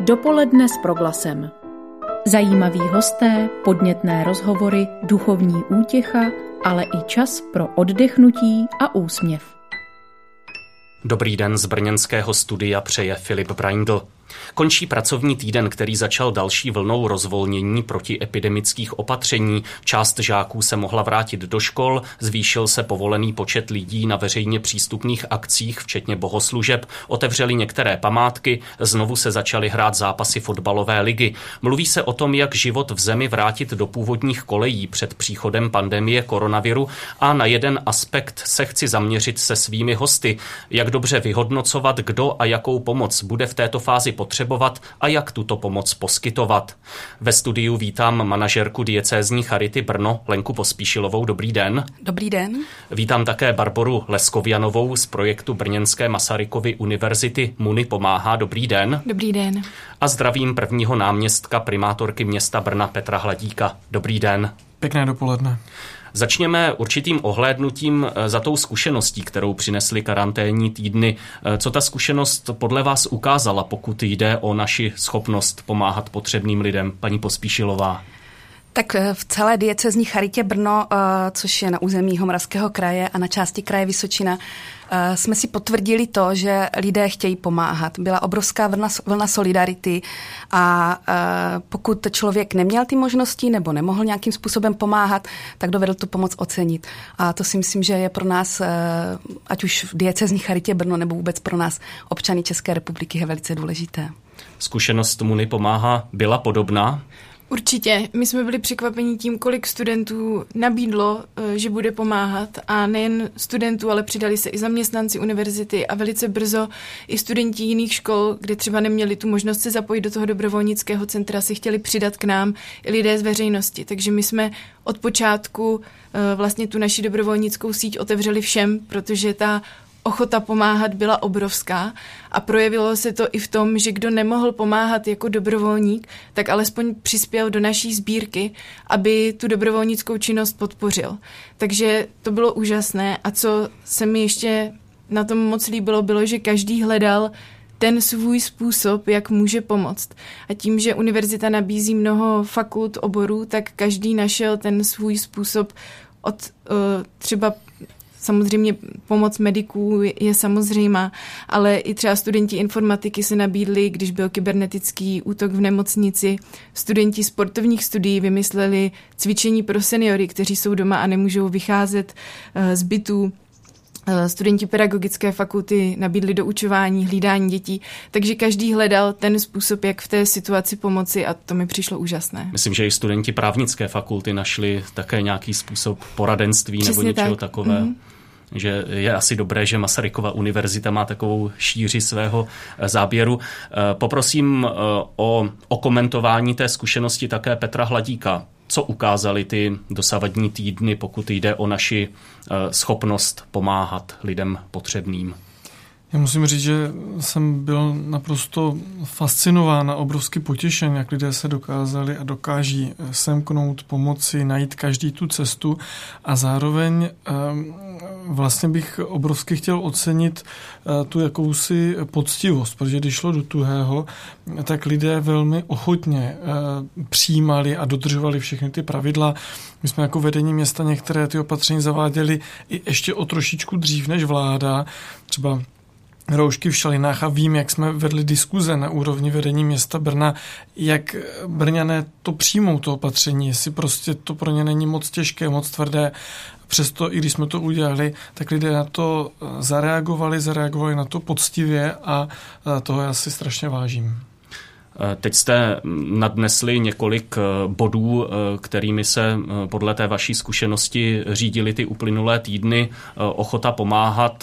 Dopoledne s Proglasem. Zajímaví hosté, podnětné rozhovory, duchovní útěcha, ale i čas pro oddechnutí a úsměv. Dobrý den, z brněnského studia přeje Filip Braindl. Končí pracovní týden, který začal další vlnou rozvolnění protiepidemických opatření. Část žáků se mohla vrátit do škol, zvýšil se povolený počet lidí na veřejně přístupných akcích, včetně bohoslužeb, otevřeli některé památky, znovu se začaly hrát zápasy fotbalové ligy. Mluví se o tom, jak život v zemi vrátit do původních kolejí před příchodem pandemie koronaviru, a na jeden aspekt se chci zaměřit se svými hosty. Jak dobře vyhodnocovat, kdo a jakou pomoc bude v této fázi potřebovat a jak tuto pomoc poskytovat. Ve studiu vítám manažerku diecézní Charity Brno Lenku Pospíšilovou. Dobrý den. Dobrý den. Vítám také Barboru Leskovianovou z projektu brněnské Masarykovy univerzity MUNI pomáhá. Dobrý den. Dobrý den. A zdravím prvního náměstka primátorky města Brna Petra Hladíka. Dobrý den. Pěkné dopoledne. Začněme určitým ohlédnutím za tou zkušeností, kterou přinesly karanténní týdny. Co ta zkušenost podle vás ukázala, pokud jde o naši schopnost pomáhat potřebným lidem? Paní Pospíšilová. Tak v celé diecézní Charitě Brno, což je na území Jihomoravského kraje a na části kraje Vysočina, jsme si potvrdili to, že lidé chtějí pomáhat. Byla obrovská vlna solidarity a pokud člověk neměl ty možnosti nebo nemohl nějakým způsobem pomáhat, tak dovedl tu pomoc ocenit. A to si myslím, že je pro nás, ať už v diecézní Charitě Brno nebo vůbec pro nás občany České republiky, je velice důležité. Zkušenost MUNI pomáhá byla podobná? Určitě. My jsme byli překvapeni tím, kolik studentů nabídlo, že bude pomáhat, a nejen studentů, ale přidali se i zaměstnanci univerzity a velice brzo i studenti jiných škol, kde třeba neměli tu možnost se zapojit do toho dobrovolnického centra, si chtěli přidat k nám i lidé z veřejnosti. Takže my jsme od počátku vlastně tu naši dobrovolnickou síť otevřeli všem, protože ta ochota pomáhat byla obrovská a projevilo se to i v tom, že kdo nemohl pomáhat jako dobrovolník, tak alespoň přispěl do naší sbírky, aby tu dobrovolnickou činnost podpořil. Takže to bylo úžasné, a co se mi ještě na tom moc líbilo, bylo, že každý hledal ten svůj způsob, jak může pomoct. A tím, že univerzita nabízí mnoho fakult, oborů, tak každý našel ten svůj způsob od třeba samozřejmě pomoc mediků je samozřejmá, ale i třeba studenti informatiky se nabídli, když byl kybernetický útok v nemocnici. Studenti sportovních studií vymysleli cvičení pro seniory, kteří jsou doma a nemůžou vycházet z bytů. Studenti pedagogické fakulty nabídli doučování, hlídání dětí, takže každý hledal ten způsob, jak v té situaci pomoci, a to mi přišlo úžasné. Myslím, že i studenti právnické fakulty našli také nějaký způsob poradenství. Přesně nebo něčeho takového. Že je asi dobré, že Masarykova univerzita má takovou šíři svého záběru. Poprosím o komentování té zkušenosti také Petra Hladíka. Co ukázaly ty dosavadní týdny, pokud jde o naši schopnost pomáhat lidem potřebným? Já musím říct, že jsem byl naprosto fascinován a obrovsky potěšen, jak lidé se dokázali a dokáží semknout, pomoci, najít každý tu cestu, a zároveň vlastně bych obrovsky chtěl ocenit tu jakousi poctivost, protože když šlo do tuhého, tak lidé velmi ochotně přijímali a dodržovali všechny ty pravidla. My jsme jako vedení města některé ty opatření zaváděli i ještě o trošičku dřív než vláda, třeba roušky v šalinách, a vím, jak jsme vedli diskuze na úrovni vedení města Brna, jak Brňané to přijmou, to opatření, jestli prostě to pro ně není moc těžké, moc tvrdé. Přesto, i když jsme to udělali, tak lidé na to zareagovali na to poctivě, a toho já si strašně vážím. Teď jste nadnesli několik bodů, kterými se podle té vaší zkušenosti řídily ty uplynulé týdny. Ochota pomáhat,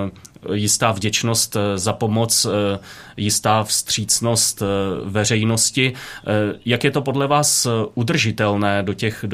jistá vděčnost za pomoc, jistá vstřícnost veřejnosti. Jak je to podle vás udržitelné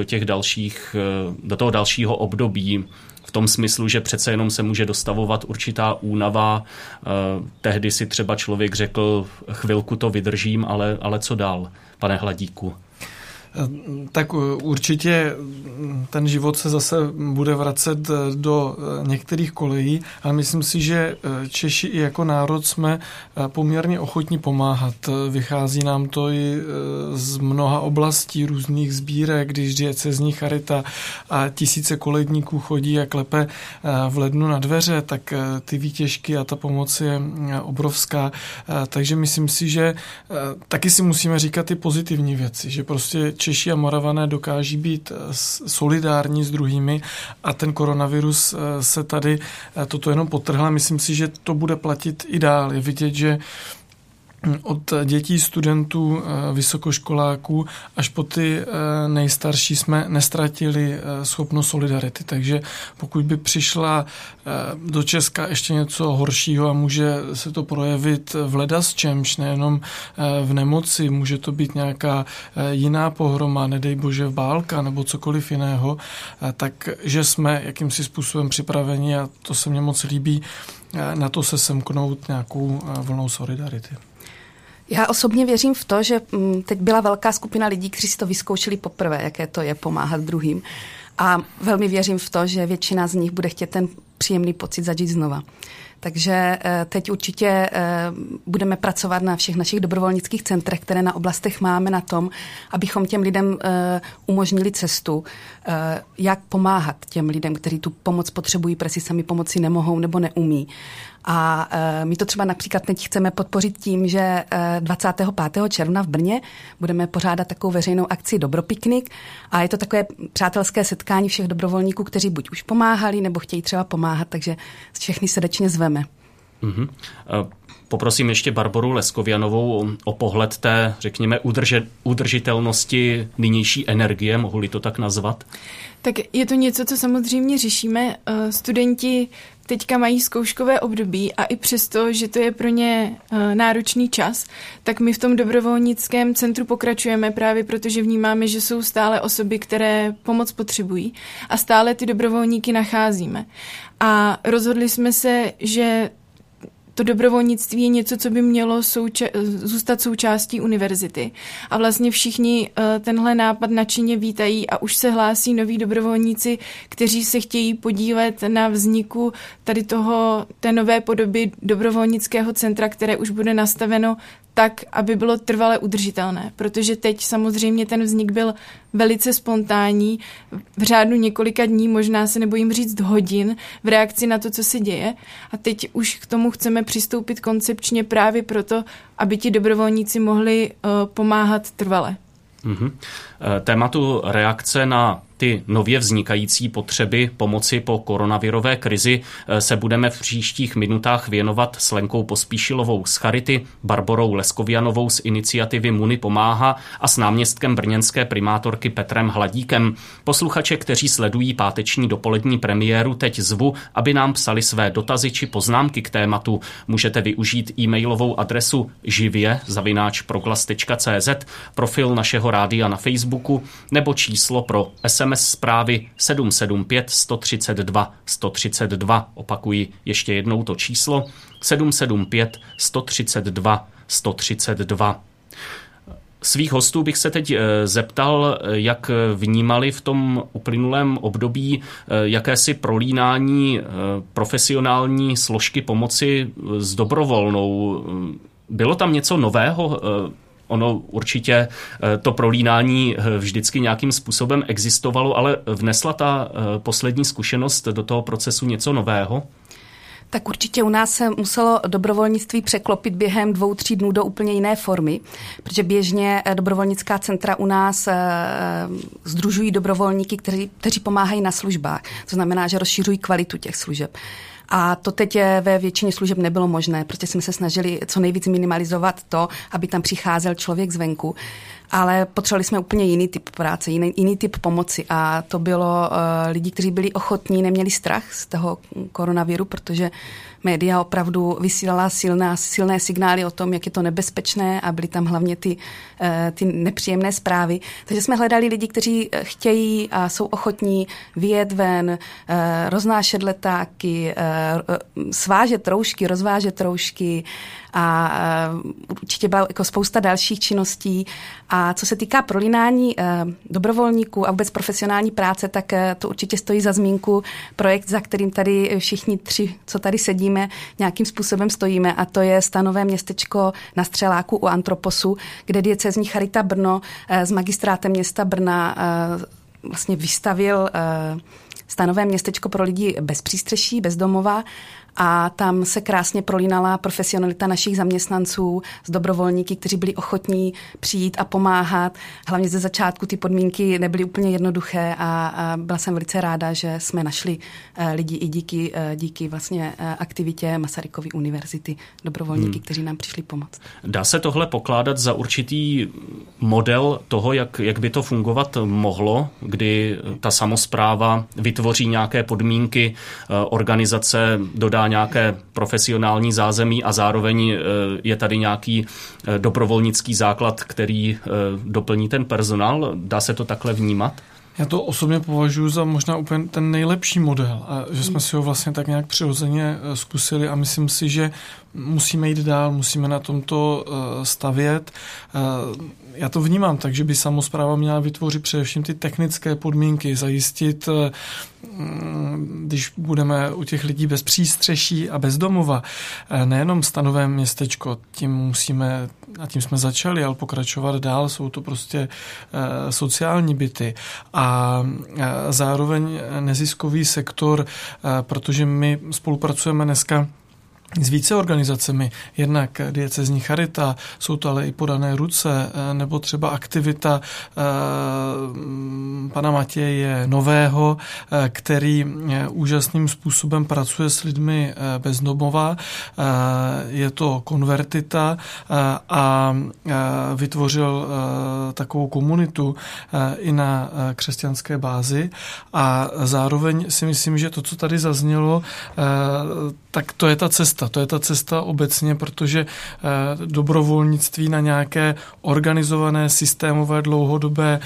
do toho dalšího období? V tom smyslu, že přece jenom se může dostavovat určitá únava. Tehdy si třeba člověk řekl, chvilku to vydržím, ale co dál, pane Hladíku? Tak určitě ten život se zase bude vracet do některých kolejí, ale myslím si, že Češi i jako národ jsme poměrně ochotní pomáhat. Vychází nám to i z mnoha oblastí, různých sbírek, když diecézní charita a tisíce koledníků chodí a klepe v lednu na dveře, tak ty výtěžky a ta pomoc je obrovská. Takže myslím si, že taky si musíme říkat ty pozitivní věci, že prostě Češi a Moravané dokáží být solidární s druhými a ten koronavirus se tady toto jenom podtrhla. Myslím si, že to bude platit i dál. Je vidět, že od dětí, studentů, vysokoškoláků až po ty nejstarší jsme nestratili schopnost solidarity. Takže pokud by přišla do Česka ještě něco horšího a může se to projevit v ledasčemž, nejenom v nemoci, může to být nějaká jiná pohroma, nedej bože válka nebo cokoliv jiného, takže jsme jakýmsi způsobem připraveni a to se mně moc líbí, na to se semknout nějakou vlnou solidarity. Já osobně věřím v to, že teď byla velká skupina lidí, kteří si to vyzkoušeli poprvé, jaké to je pomáhat druhým. A velmi věřím v to, že většina z nich bude chtět ten příjemný pocit zažít znova. Takže teď určitě budeme pracovat na všech našich dobrovolnických centrech, které na oblastech máme, na tom, abychom těm lidem umožnili cestu, jak pomáhat těm lidem, kteří tu pomoc potřebují, protože si sami pomoci nemohou nebo neumí. A my to třeba například teď chceme podpořit tím, že 25. června v Brně budeme pořádat takovou veřejnou akci Dobropiknik a je to takové přátelské setkání všech dobrovolníků, kteří buď už pomáhali nebo chtějí třeba pomáhat, takže všechny srdečně zveme. Mm-hmm. Poprosím ještě Barboru Leskovianovou o pohled té, řekněme, udržitelnosti nynější energie, mohu-li to tak nazvat? Tak je to něco, co samozřejmě řešíme. Studenti teďka mají zkouškové období a i přesto, že to je pro ně náročný čas, tak my v tom dobrovolnickém centru pokračujeme právě protože vnímáme, že jsou stále osoby, které pomoc potřebují a stále ty dobrovolníky nacházíme. A rozhodli jsme se, že to dobrovolnictví je něco, co by mělo zůstat součástí univerzity. A vlastně všichni tenhle nápad nadšeně vítají a už se hlásí noví dobrovolníci, kteří se chtějí podílet na vzniku tady té nové podoby dobrovolnického centra, které už bude nastaveno tak, aby bylo trvale udržitelné. Protože teď samozřejmě ten vznik byl velice spontánní, v řádu několika dní, možná se nebojím říct hodin, v reakci na to, co se děje. A teď už k tomu chceme přistoupit koncepčně právě proto, aby ti dobrovolníci mohli pomáhat trvale. Mm-hmm. Tématu reakce na ty nově vznikající potřeby pomoci po koronavirové krizi se budeme v příštích minutách věnovat s Lenkou Pospíšilovou z Charity, Barborou Leskovianovou z iniciativy Muni pomáhá a s náměstkem brněnské primátorky Petrem Hladíkem. Posluchače, kteří sledují páteční dopolední premiéru, teď zvu, aby nám psali své dotazy či poznámky k tématu. Můžete využít e-mailovou adresu živě@proglas.cz, profil našeho rádia na Facebooku nebo číslo pro SMS zprávy 775 132 132. Opakuji ještě jednou to číslo 775 132 132. Svých hostů bych se teď zeptal, jak vnímali v tom uplynulém období jakési prolínání profesionální složky pomoci s dobrovolnou. Bylo tam něco nového? Ono určitě to prolínání vždycky nějakým způsobem existovalo, ale vnesla ta poslední zkušenost do toho procesu něco nového? Tak určitě u nás se muselo dobrovolnictví překlopit během 2-3 dnů do úplně jiné formy, protože běžně dobrovolnická centra u nás sdružují dobrovolníky, kteří pomáhají na službách. To znamená, že rozšiřují kvalitu těch služeb. A to teď ve většině služeb nebylo možné, protože jsme se snažili co nejvíc minimalizovat to, aby tam přicházel člověk zvenku. Ale potřebovali jsme úplně jiný typ práce, jiný typ pomoci a to bylo lidi, kteří byli ochotní, neměli strach z toho koronaviru, protože média opravdu vysílala silné signály o tom, jak je to nebezpečné a byly tam hlavně ty nepříjemné zprávy. Takže jsme hledali lidi, kteří chtějí a jsou ochotní vyjet ven, roznášet letáky, svážet roušky, rozvážet roušky a určitě byla jako spousta dalších činností. A co se týká prolínání dobrovolníků a vůbec profesionální práce, tak to určitě stojí za zmínku projekt, za kterým tady všichni tři, co tady sedíme, nějakým způsobem stojíme, a to je stanové městečko na Střeláku u Antroposu, kde diecézní Charita Brno s magistrátem města Brna vlastně vystavil stanové městečko pro lidi bez přístřeší, bez domova, a tam se krásně prolínala profesionalita našich zaměstnanců s dobrovolníky, kteří byli ochotní přijít a pomáhat. Hlavně ze začátku ty podmínky nebyly úplně jednoduché a byla jsem velice ráda, že jsme našli lidi i díky vlastně aktivitě Masarykovy univerzity, dobrovolníky, kteří nám přišli pomoct. Dá se tohle pokládat za určitý model toho, jak by to fungovat mohlo, kdy ta samospráva vytvoří nějaké podmínky, organizace dodá nějaké profesionální zázemí a zároveň je tady nějaký dobrovolnický základ, který doplní ten personál? Dá se to takhle vnímat? Já to osobně považuji za možná úplně ten nejlepší model, a že jsme si ho vlastně tak nějak přirozeně zkusili, a myslím si, že musíme jít dál, musíme na tomto stavět. Já to vnímám tak, že by samospráva měla vytvořit především ty technické podmínky, zajistit, když budeme u těch lidí bez přístřeší a bez domova, nejenom stanové městečko, tím jsme začali, ale pokračovat dál, jsou to prostě sociální byty a zároveň neziskový sektor, protože my spolupracujeme dneska s více organizacemi, jednak diecézní charita, jsou to ale i Podané ruce, nebo třeba aktivita pana Matěje Nového, který úžasným způsobem pracuje s lidmi bez domova. Je to Konvertita a vytvořil takovou komunitu i na křesťanské bázi, a zároveň si myslím, že to, co tady zaznělo, tak to je ta cesta. To je ta cesta obecně, protože dobrovolnictví na nějaké organizované, systémové, dlouhodobé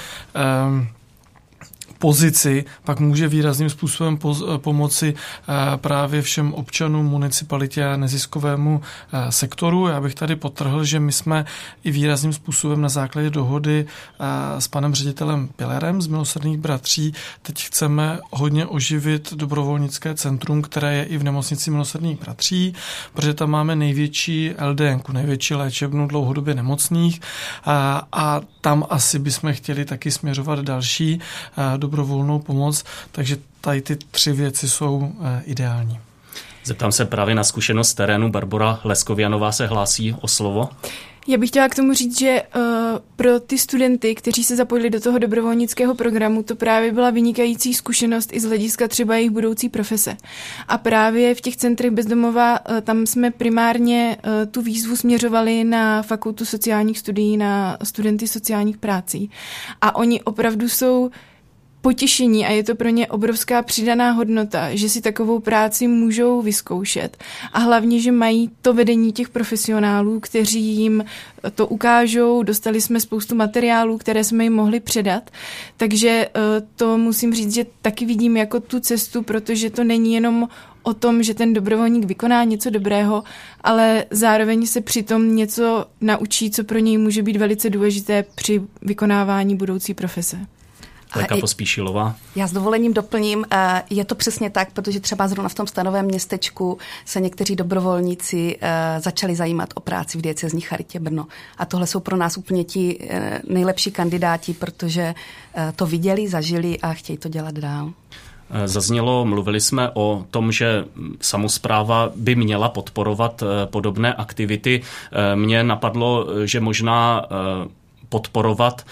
pozici pak může výrazným způsobem pomoci právě všem občanům, municipalitě a neziskovému sektoru. Já bych tady podtrhl, že my jsme i výrazným způsobem na základě dohody s panem ředitelem Pillerem z Milosrdných bratří teď chceme hodně oživit dobrovolnické centrum, které je i v nemocnici Milosrdných bratří, protože tam máme největší LDN, největší léčebnu dlouhodobě nemocných, a tam asi bychom chtěli taky směřovat další dobrovolnou pomoc, takže tady ty 3 věci jsou ideální. Zeptám se právě na zkušenost terénu. Barbora Leskovianová se hlásí o slovo. Já bych chtěla k tomu říct, že pro ty studenty, kteří se zapojili do toho dobrovolnického programu, to právě byla vynikající zkušenost i z hlediska třeba jejich budoucí profese. A právě v těch centrech bezdomova tam jsme primárně tu výzvu směřovali na Fakultu sociálních studií, na studenty sociálních prací. A oni opravdu jsou potěšení a je to pro ně obrovská přidaná hodnota, že si takovou práci můžou vyzkoušet. A hlavně, že mají to vedení těch profesionálů, kteří jim to ukážou. Dostali jsme spoustu materiálů, které jsme jim mohli předat. Takže to musím říct, že taky vidím jako tu cestu, protože to není jenom o tom, že ten dobrovolník vykoná něco dobrého, ale zároveň se přitom něco naučí, co pro něj může být velice důležité při vykonávání budoucí profese. Lenka Pospíšilová. Já s dovolením doplním, je to přesně tak, protože třeba zrovna v tom stanovém městečku se někteří dobrovolníci začali zajímat o práci v diecézní charitě Brno. A tohle jsou pro nás úplně ti nejlepší kandidáti, protože to viděli, zažili a chtějí to dělat dál. Mluvili jsme o tom, že samospráva by měla podporovat podobné aktivity. Mně napadlo, že možná podporovat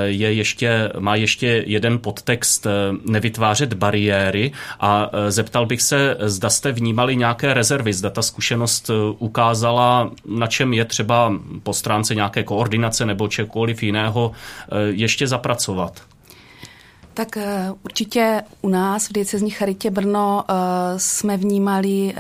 má ještě jeden podtext nevytvářet bariéry, a zeptal bych se, zda jste vnímali nějaké rezervy, zda ta zkušenost ukázala, na čem je třeba po stránce nějaké koordinace nebo čekoliv jiného ještě zapracovat. Tak určitě u nás v diecézní charitě Brno jsme vnímali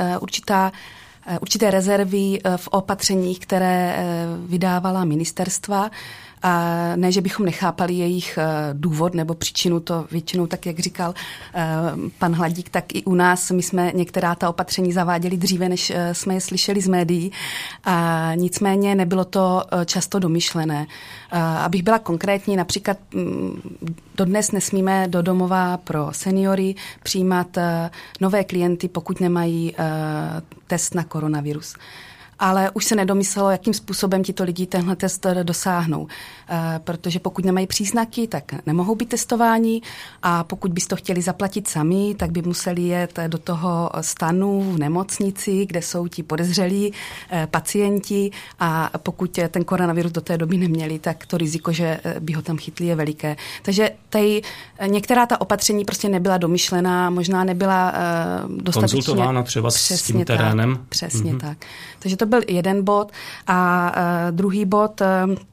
určité rezervy v opatřeních, které vydávala ministerstva, Ne, že bychom nechápali jejich důvod nebo příčinu, to většinou tak, jak říkal pan Hladík, tak i u nás my jsme některá ta opatření zaváděli dříve, než jsme je slyšeli z médií. Nicméně nebylo to často domyšlené. Abych byla konkrétní, například dodnes nesmíme do domova pro seniory přijímat nové klienty, pokud nemají test na koronavirus. Ale už se nedomyslelo, jakým způsobem tito lidi tenhle test dosáhnou. Protože pokud nemají příznaky, tak nemohou být testováni a pokud byste to chtěli zaplatit sami, tak by museli jet do toho stanu v nemocnici, kde jsou ti podezřelí pacienti a pokud ten koronavirus do té doby neměli, tak to riziko, že by ho tam chytli, je veliké. Takže některá ta opatření prostě nebyla domyšlená, možná nebyla dostatečně konzultována třeba s tím terénem. Přesně tak. Takže to byl jeden bod a druhý bod,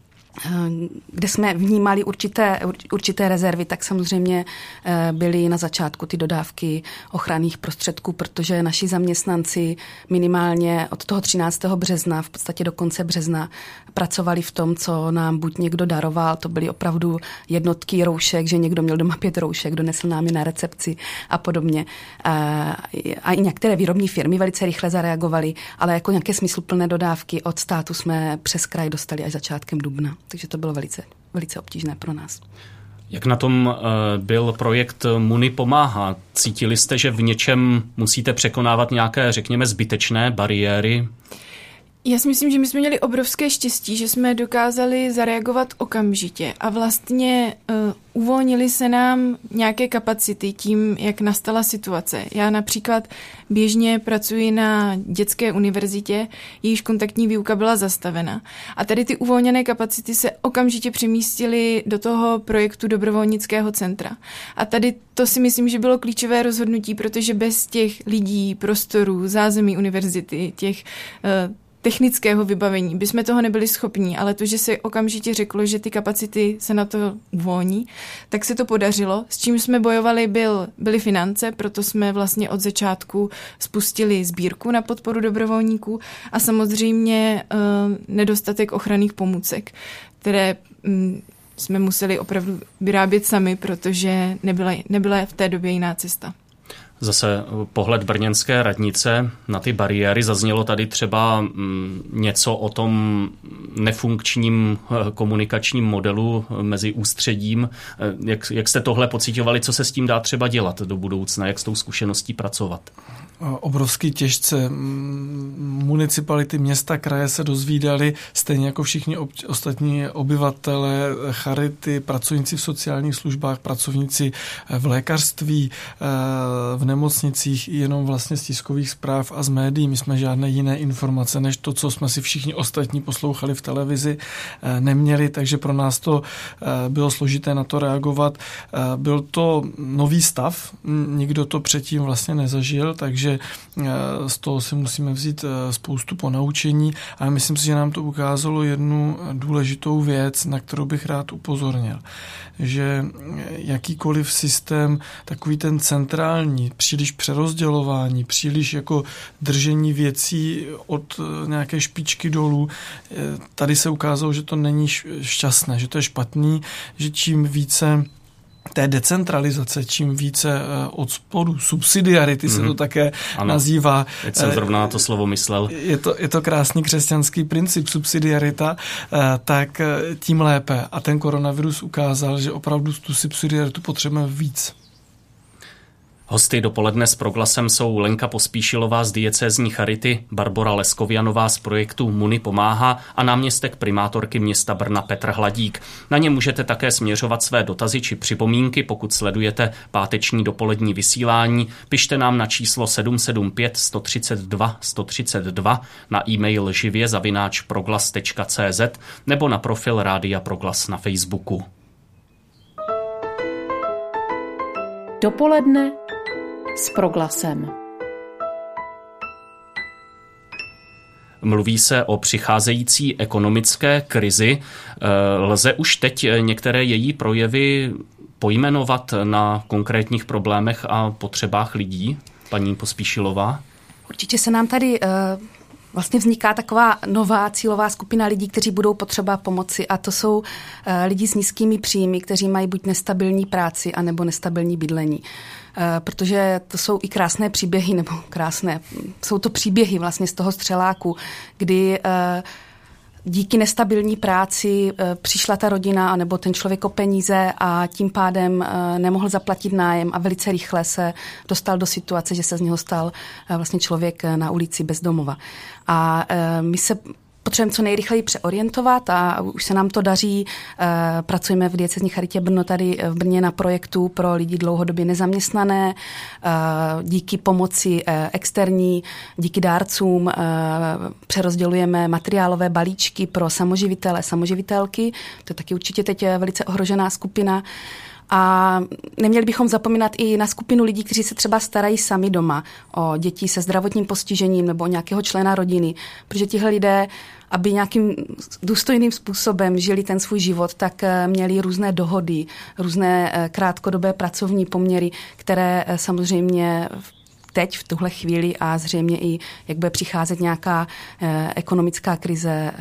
kde jsme vnímali určité rezervy, tak samozřejmě byly na začátku ty dodávky ochranných prostředků, protože naši zaměstnanci minimálně od toho 13. března, v podstatě do konce března, pracovali v tom, co nám buď někdo daroval, to byly opravdu jednotky roušek, že někdo měl doma 5 roušek, donesl nám je na recepci a podobně. A i některé výrobní firmy velice rychle zareagovaly, ale jako nějaké smysluplné dodávky od státu jsme přes kraj dostali až začátkem dubna. Takže to bylo velice, velice obtížné pro nás. Jak na tom byl projekt Muni pomáhá? Cítili jste, že v něčem musíte překonávat nějaké, řekněme, zbytečné bariéry? Já si myslím, že my jsme měli obrovské štěstí, že jsme dokázali zareagovat okamžitě a vlastně uvolnili se nám nějaké kapacity tím, jak nastala situace. Já například běžně pracuji na dětské univerzitě, jejíž kontaktní výuka byla zastavena. A tady ty uvolněné kapacity se okamžitě přemístily do toho projektu dobrovolnického centra. A tady to si myslím, že bylo klíčové rozhodnutí, protože bez těch lidí, prostorů, zázemí univerzity, těch technického vybavení bychom toho nebyli schopní, ale to, že se okamžitě řeklo, že ty kapacity se na to uvolní, tak se to podařilo. S čím jsme bojovali byly finance, proto jsme vlastně od začátku spustili sbírku na podporu dobrovolníků a samozřejmě nedostatek ochranných pomůcek, které jsme museli opravdu vyrábět sami, protože nebyla v té době jiná cesta. Zase pohled brněnské radnice na ty bariéry. Zaznělo tady třeba něco o tom nefunkčním komunikačním modelu mezi ústředím. Jak jste tohle pociťovali, co se s tím dá třeba dělat do budoucna, jak s tou zkušeností pracovat? Obrovsky těžce. Municipality, města, kraje se dozvídali, stejně jako všichni ostatní obyvatele, charity, pracovníci v sociálních službách, pracovníci v lékařství, v nemocnicích, jenom vlastně z tiskových zpráv a z médií. My jsme žádné jiné informace, než to, co jsme si všichni ostatní poslouchali v televizi, neměli, takže pro nás to bylo složité na to reagovat. Byl to nový stav, nikdo to předtím vlastně nezažil, takže z toho si musíme vzít spoustu ponaučení a myslím si, že nám to ukázalo jednu důležitou věc, na kterou bych rád upozornil, že jakýkoliv systém, takový ten centrální, příliš přerozdělování, příliš jako držení věcí od nějaké špičky dolů, tady se ukázalo, že to není šťastné, že to je špatný, že čím více té decentralizace, čím více od spodu, subsidiarity se to také nazývá. Teď jsem zrovna na to slovo myslel. Je to krásný křesťanský princip, subsidiarita, tak tím lépe. A ten koronavirus ukázal, že opravdu tu subsidiaritu potřebujeme víc. Hosty dopoledne s Proglasem jsou Lenka Pospíšilová z diecézní charity, Barbora Leskovianová z projektu Muni pomáhá a náměstek primátorky města Brna Petr Hladík. Na ně můžete také směřovat své dotazy či připomínky, pokud sledujete páteční dopolední vysílání. Pište nám na číslo 775 132 132, na e-mail živě@proglas.cz nebo na profil Rádia Proglas na Facebooku. Dopoledne s Proglasem. Mluví se o přicházející ekonomické krizi. Lze už teď některé její projevy pojmenovat na konkrétních problémech a potřebách lidí? Paní Pospíšilová? Určitě se nám tady vlastně vzniká taková nová cílová skupina lidí, kteří budou potřeba pomoci, a to jsou lidi s nízkými příjmy, kteří mají buď nestabilní práci, anebo nestabilní bydlení. Protože to jsou i krásné příběhy, nebo jsou to příběhy vlastně z toho střeláku, kdy díky nestabilní práci přišla ta rodina nebo ten člověk o peníze a tím pádem nemohl zaplatit nájem a velice rychle se dostal do situace, že se z něho stal vlastně člověk na ulici bez domova. A my se potřebujeme co nejrychleji přeorientovat a už se nám to daří. Pracujeme v diecézní charitě Brno tady v Brně na projektu pro lidi dlouhodobě nezaměstnané. Díky pomoci externí, díky dárcům přerozdělujeme materiálové balíčky pro samoživitele, samoživitelky. To je taky určitě teď velice ohrožená skupina. A neměli bychom zapomínat i na skupinu lidí, kteří se třeba starají sami doma o děti se zdravotním postižením nebo o nějakého člena rodiny, protože tihle lidé, aby nějakým důstojným způsobem žili ten svůj život, tak měli různé dohody, různé krátkodobé pracovní poměry, které samozřejmě teď v tuhle chvíli a zřejmě i jak bude přicházet nějaká ekonomická krize,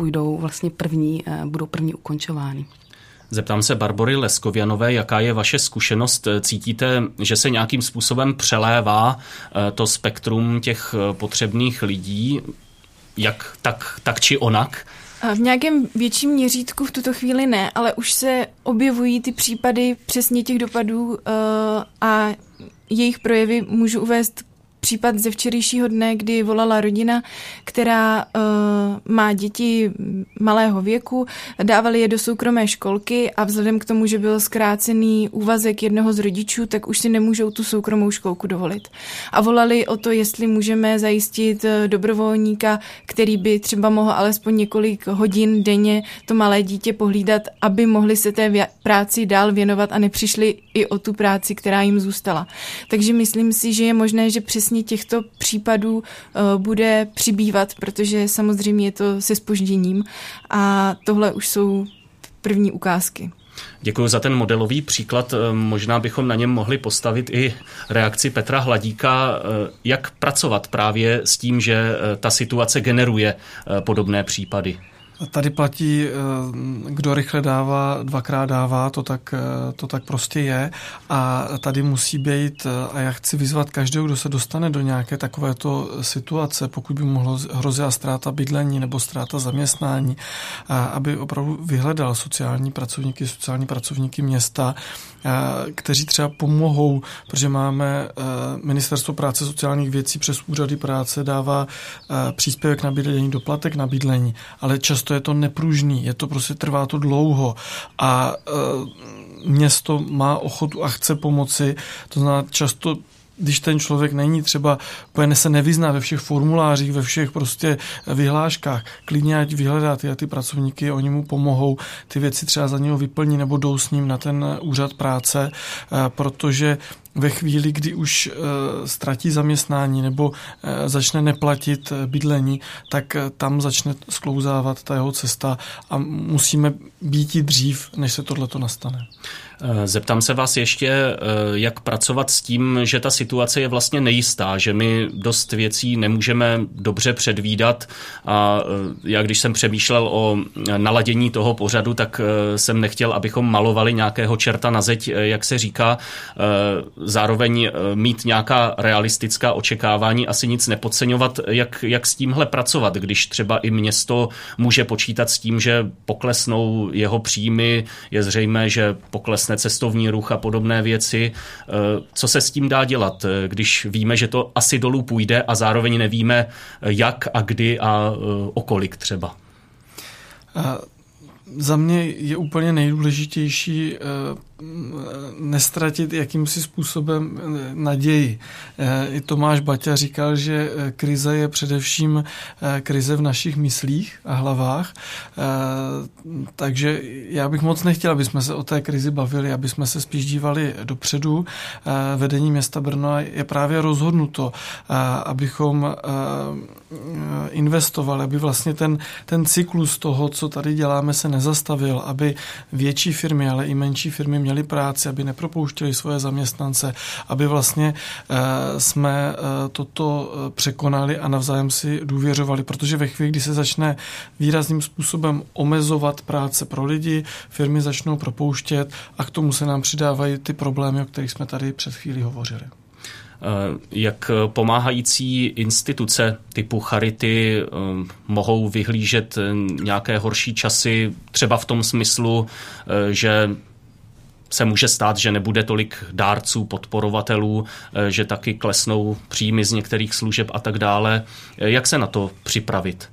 budou první ukončovány. Zeptám se Barbory Leskovianové, jaká je vaše zkušenost? Cítíte, že se nějakým způsobem přelévá to spektrum těch potřebných lidí, jak tak či onak? V nějakém větším měřítku v tuto chvíli ne, ale už se objevují ty případy přesně těch dopadů a jejich projevy. Můžu uvést případ ze včerejšího dne, kdy volala rodina, která má děti malého věku, dávali je do soukromé školky a vzhledem k tomu, že byl zkrácený úvazek jednoho z rodičů, tak už si nemůžou tu soukromou školku dovolit. A volali o to, jestli můžeme zajistit dobrovolníka, který by třeba mohl alespoň několik hodin denně to malé dítě pohlídat, aby mohli se té práci dál věnovat a nepřišli i o tu práci, která jim zůstala. Takže myslím si, že je možné, že přesně těchto případů bude přibývat, protože samozřejmě je to se zpožděním a tohle už jsou první ukázky. Děkuji za ten modelový příklad. Možná bychom na něm mohli postavit i reakci Petra Hladíka, jak pracovat právě s tím, že ta situace generuje podobné případy. Tady platí, kdo rychle dává, dvakrát dává, to tak prostě je. A tady musí být, a já chci vyzvat každého, kdo se dostane do nějaké takovéto situace, pokud by mohlo hrozila ztráta bydlení nebo ztráta zaměstnání, aby opravdu vyhledal sociální pracovníky města, kteří třeba pomohou, protože máme Ministerstvo práce sociálních věcí přes úřady práce dává příspěvek na bydlení, doplatek na bydlení, ale často je to nepružný, trvá to dlouho a město má ochotu a chce pomoci, to znamená často, když ten člověk není třeba, úplně se nevyzná ve všech formulářích, ve všech prostě vyhláškách, klidně ať vyhledá ty pracovníky, oni mu pomohou, ty věci třeba za něho vyplní nebo jdou s ním na ten úřad práce, protože ve chvíli, kdy už ztratí zaměstnání nebo začne neplatit bydlení, tak tam začne sklouzávat ta jeho cesta a musíme být i dřív, než se tohleto nastane. Zeptám se vás ještě, jak pracovat s tím, že ta situace je vlastně nejistá, že my dost věcí nemůžeme dobře předvídat a já když jsem přemýšlel o naladění toho pořadu, tak jsem nechtěl, abychom malovali nějakého čerta na zeď, jak se říká, zároveň mít nějaká realistická očekávání, asi nic nepodceňovat, jak s tímhle pracovat, když třeba i město může počítat s tím, že poklesnou jeho příjmy, je zřejmé, že poklesne cestovní ruch a podobné věci. Co se s tím dá dělat, když víme, že to asi dolů půjde a zároveň nevíme, jak a kdy a o kolik třeba? Za mě je úplně nejdůležitější nestratit jakýmsi způsobem naději. I Tomáš Baťa říkal, že krize je především krize v našich myslích a hlavách, takže já bych moc nechtěl, aby jsme se o té krizi bavili, aby jsme se spíš dívali dopředu. Vedení města Brno je právě rozhodnuto, abychom investovali, aby vlastně ten cyklus toho, co tady děláme, se nezastavil, aby větší firmy, ale i menší firmy měly práci, aby nepropouštěli svoje zaměstnance, aby vlastně jsme toto překonali a navzájem si důvěřovali, protože ve chvíli, kdy se začne výrazným způsobem omezovat práce pro lidi, firmy začnou propouštět a k tomu se nám přidávají ty problémy, o kterých jsme tady před chvílí hovořili. Jak pomáhající instituce typu charity mohou vyhlížet nějaké horší časy, třeba v tom smyslu, že se může stát, že nebude tolik dárců, podporovatelů, že taky klesnou příjmy z některých služeb a tak dále. Jak se na to připravit?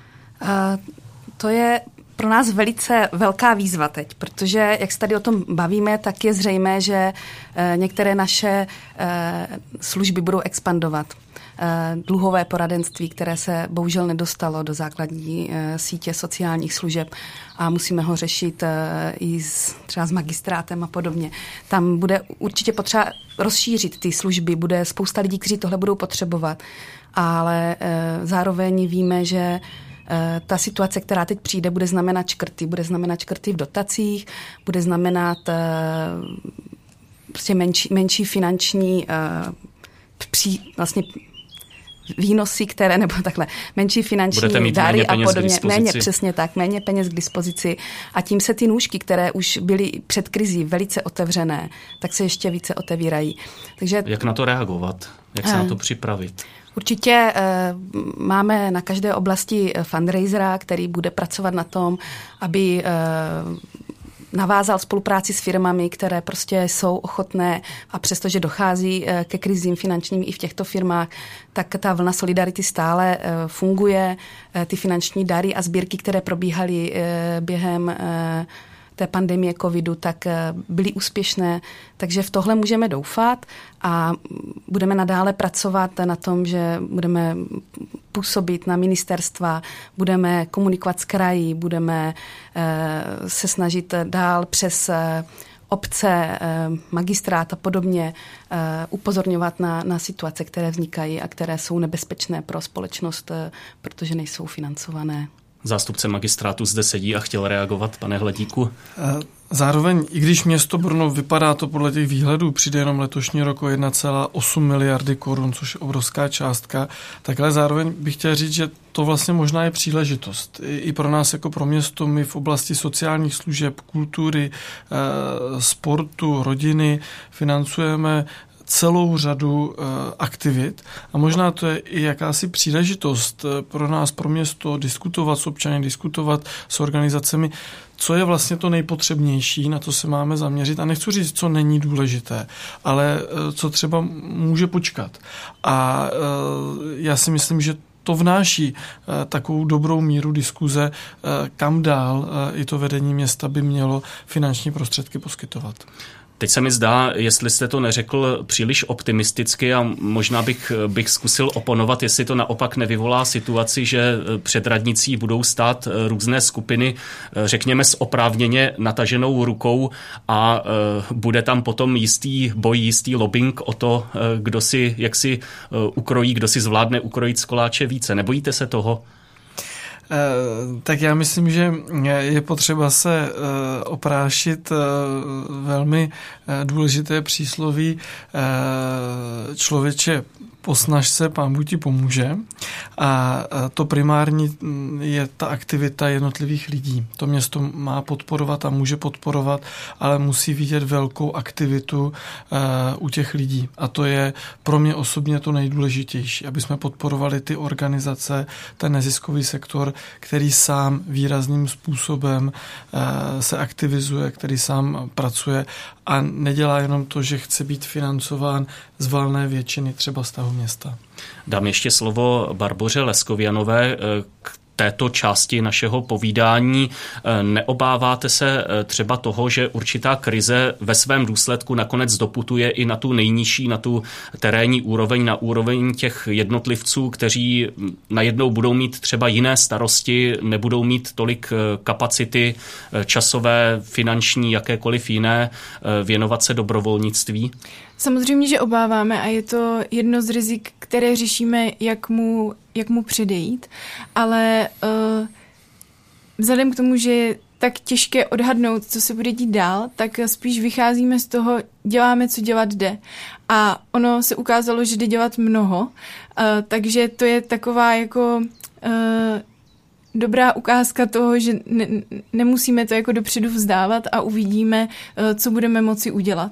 To je pro nás velice velká výzva teď, protože jak se tady o tom bavíme, tak je zřejmé, že některé naše služby budou expandovat. Dluhové poradenství, které se bohužel nedostalo do základní sítě sociálních služeb a musíme ho řešit i třeba s magistrátem a podobně. Tam bude určitě potřeba rozšířit ty služby, bude spousta lidí, kteří tohle budou potřebovat, ale zároveň víme, že ta situace, která teď přijde, bude znamenat škrty v dotacích, bude znamenat prostě menší finanční vlastně výnosy, které, nebo takhle, menší finanční dary a podobně. Méně peněz k dispozici. A tím se ty nůžky, které už byly před krizí velice otevřené, tak se ještě více otevírají. Takže jak na to reagovat? Jak se na to připravit? Určitě máme na každé oblasti fundraisera, který bude pracovat na tom, aby navázal spolupráci s firmami, které prostě jsou ochotné a přestože dochází ke krizím finančním i v těchto firmách, tak ta vlna solidarity stále funguje. Ty finanční dary a sbírky, které probíhaly během té pandemie covidu, tak byly úspěšné. Takže v tohle můžeme doufat a budeme nadále pracovat na tom, že budeme působit na ministerstva, budeme komunikovat s kraji, budeme se snažit dál přes obce, magistrát a podobně upozorňovat na situace, které vznikají a které jsou nebezpečné pro společnost, protože nejsou financované. Zástupce magistrátu zde sedí a chtěl reagovat, pane Hledíku. Zároveň, i když město Brno vypadá to podle těch výhledů, přijde jenom letošní rok o 1,8 miliardy korun, což je obrovská částka, tak ale zároveň bych chtěl říct, že to vlastně možná je příležitost. I pro nás jako pro město, my v oblasti sociálních služeb, kultury, sportu, rodiny financujeme celou řadu aktivit a možná to je i jakási příležitost pro nás, pro město, diskutovat s občany, diskutovat s organizacemi, co je vlastně to nejpotřebnější, na to se máme zaměřit. A nechci říct, co není důležité, ale co třeba může počkat. A já si myslím, že to vnáší takovou dobrou míru diskuze, kam dál i to vedení města by mělo finanční prostředky poskytovat. Teď se mi zdá, jestli jste to neřekl příliš optimisticky a možná bych zkusil oponovat, jestli to naopak nevyvolá situaci, že před radnicí budou stát různé skupiny, řekněme s oprávněně nataženou rukou a bude tam potom jistý boj, jistý lobbying o to, kdo si jaksi ukrojí, kdo si zvládne ukrojit z koláče více. Nebojíte se toho? Tak já myslím, že je potřeba se oprášit velmi důležité přísloví člověče, posnaž se, Pán Bůh ti pomůže. A to primární je ta aktivita jednotlivých lidí. To město má podporovat a může podporovat, ale musí vidět velkou aktivitu u těch lidí. A to je pro mě osobně to nejdůležitější, aby jsme podporovali ty organizace, ten neziskový sektor, který sám výrazným způsobem se aktivizuje, který sám pracuje a nedělá jenom to, že chce být financován z valné většiny třeba z toho města. Dám ještě slovo Barboře Leskovianové k této části našeho povídání. Neobáváte se třeba toho, že určitá krize ve svém důsledku nakonec doputuje i na tu nejnižší, na tu terénní úroveň, na úroveň těch jednotlivců, kteří najednou budou mít třeba jiné starosti, nebudou mít tolik kapacity časové, finanční, jakékoliv jiné, věnovat se dobrovolnictví? Samozřejmě, že obáváme a je to jedno z rizik, které řešíme, jak mu předejít, ale vzhledem k tomu, že tak těžké odhadnout, co se bude dít dál, tak spíš vycházíme z toho, děláme, co dělat jde. A ono se ukázalo, že jde dělat mnoho, takže to je taková jako dobrá ukázka toho, že nemusíme to jako dopředu vzdávat a uvidíme, co budeme moci udělat.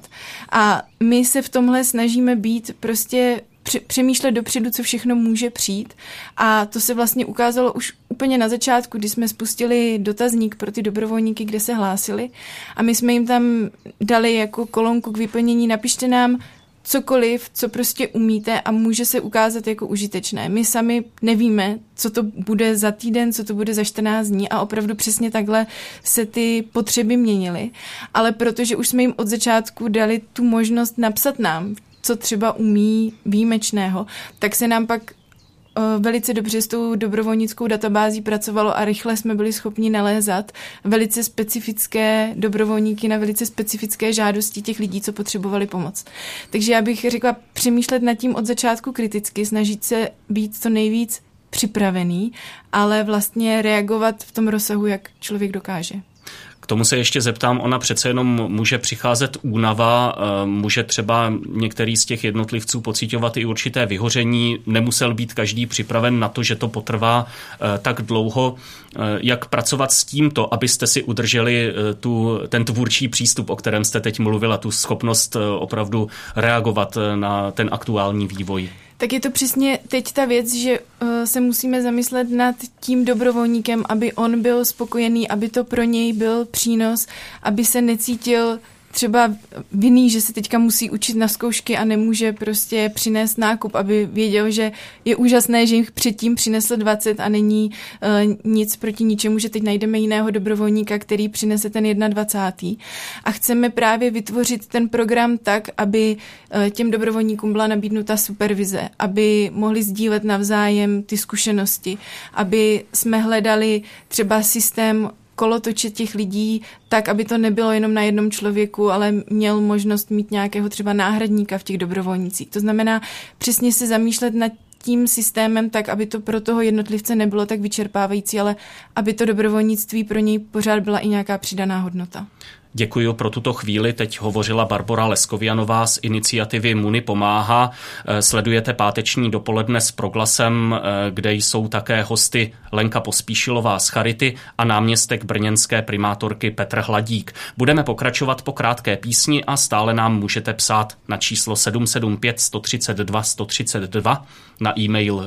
A my se v tomhle snažíme být prostě přemýšlet dopředu, co všechno může přijít. A to se vlastně ukázalo už úplně na začátku, kdy jsme spustili dotazník pro ty dobrovolníky, kde se hlásili. A my jsme jim tam dali jako kolonku k vyplnění, napište nám cokoliv, co prostě umíte a může se ukázat jako užitečné. My sami nevíme, co to bude za týden, co to bude za 14 dní a opravdu přesně takhle se ty potřeby měnily. Ale protože už jsme jim od začátku dali tu možnost napsat nám, co třeba umí výjimečného, tak se nám pak velice dobře s tou dobrovolnickou databází pracovalo a rychle jsme byli schopni nalézat velice specifické dobrovolníky na velice specifické žádosti těch lidí, co potřebovali pomoc. Takže já bych řekla přemýšlet nad tím od začátku kriticky, snažit se být co nejvíc připravený, ale vlastně reagovat v tom rozsahu, jak člověk dokáže. K tomu se ještě zeptám, ona přece jenom může přicházet únava, může třeba některý z těch jednotlivců pociťovat i určité vyhoření, nemusel být každý připraven na to, že to potrvá tak dlouho. Jak pracovat s tímto, abyste si udrželi ten tvůrčí přístup, o kterém jste teď mluvila, tu schopnost opravdu reagovat na ten aktuální vývoj? Tak je to přesně teď ta věc, že se musíme zamyslet nad tím dobrovolníkem, aby on byl spokojený, aby to pro něj byl přínos, aby se necítil třeba vinný, že se teďka musí učit na zkoušky a nemůže prostě přinést nákup, aby věděl, že je úžasné, že jich předtím přinesl 20 a není nic proti ničemu, že teď najdeme jiného dobrovolníka, který přinese ten 21. A chceme právě vytvořit ten program tak, aby těm dobrovolníkům byla nabídnuta supervize, aby mohli sdílet navzájem ty zkušenosti, aby jsme hledali třeba systém kolotoče těch lidí tak, aby to nebylo jenom na jednom člověku, ale měl možnost mít nějakého třeba náhradníka v těch dobrovolnících. To znamená přesně se zamýšlet nad tím systémem tak, aby to pro toho jednotlivce nebylo tak vyčerpávající, ale aby to dobrovolnictví pro něj pořád byla i nějaká přidaná hodnota. Děkuji pro tuto chvíli. Teď hovořila Barbora Leskovianová z iniciativy Muni pomáhá. Sledujete páteční dopoledne s Proglasem, kde jsou také hosty Lenka Pospíšilová z Charity a náměstek brněnské primátorky Petr Hladík. Budeme pokračovat po krátké písni a stále nám můžete psát na číslo 775 132 132, na e-mail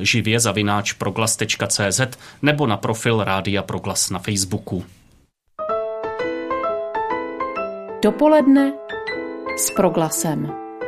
živě@proglas.cz nebo na profil Rádia Proglas na Facebooku. Dopoledne s Proglasem.